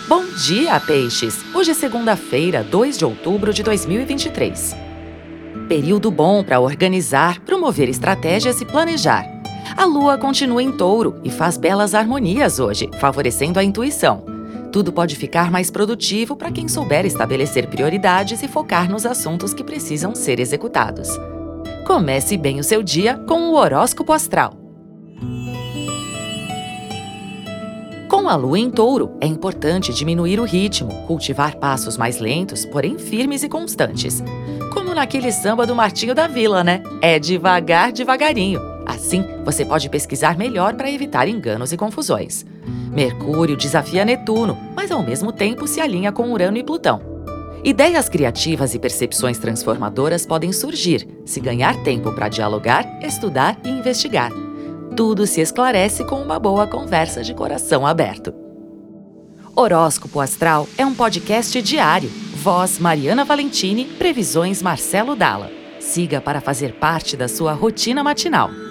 Bom dia, peixes! Hoje é segunda-feira, 2 de outubro de 2023. Período bom para organizar, promover estratégias e planejar. A lua continua em touro e faz belas harmonias hoje, favorecendo a intuição. Tudo pode ficar mais produtivo para quem souber estabelecer prioridades e focar nos assuntos que precisam ser executados. Comece bem o seu dia com o horóscopo astral. Com a lua em touro, é importante diminuir o ritmo, cultivar passos mais lentos, porém firmes e constantes. Como naquele samba do Martinho da Vila, né? É devagar, devagarinho. Assim, você pode pesquisar melhor para evitar enganos e confusões. Mercúrio desafia Netuno, mas ao mesmo tempo se alinha com Urano e Plutão. Ideias criativas e percepções transformadoras podem surgir, se ganhar tempo para dialogar, estudar e investigar. Tudo se esclarece com uma boa conversa de coração aberto. Horóscopo Astral é um podcast diário. Voz Mariana Valentini, previsões Marcelo Dalla. Siga para fazer parte da sua rotina matinal.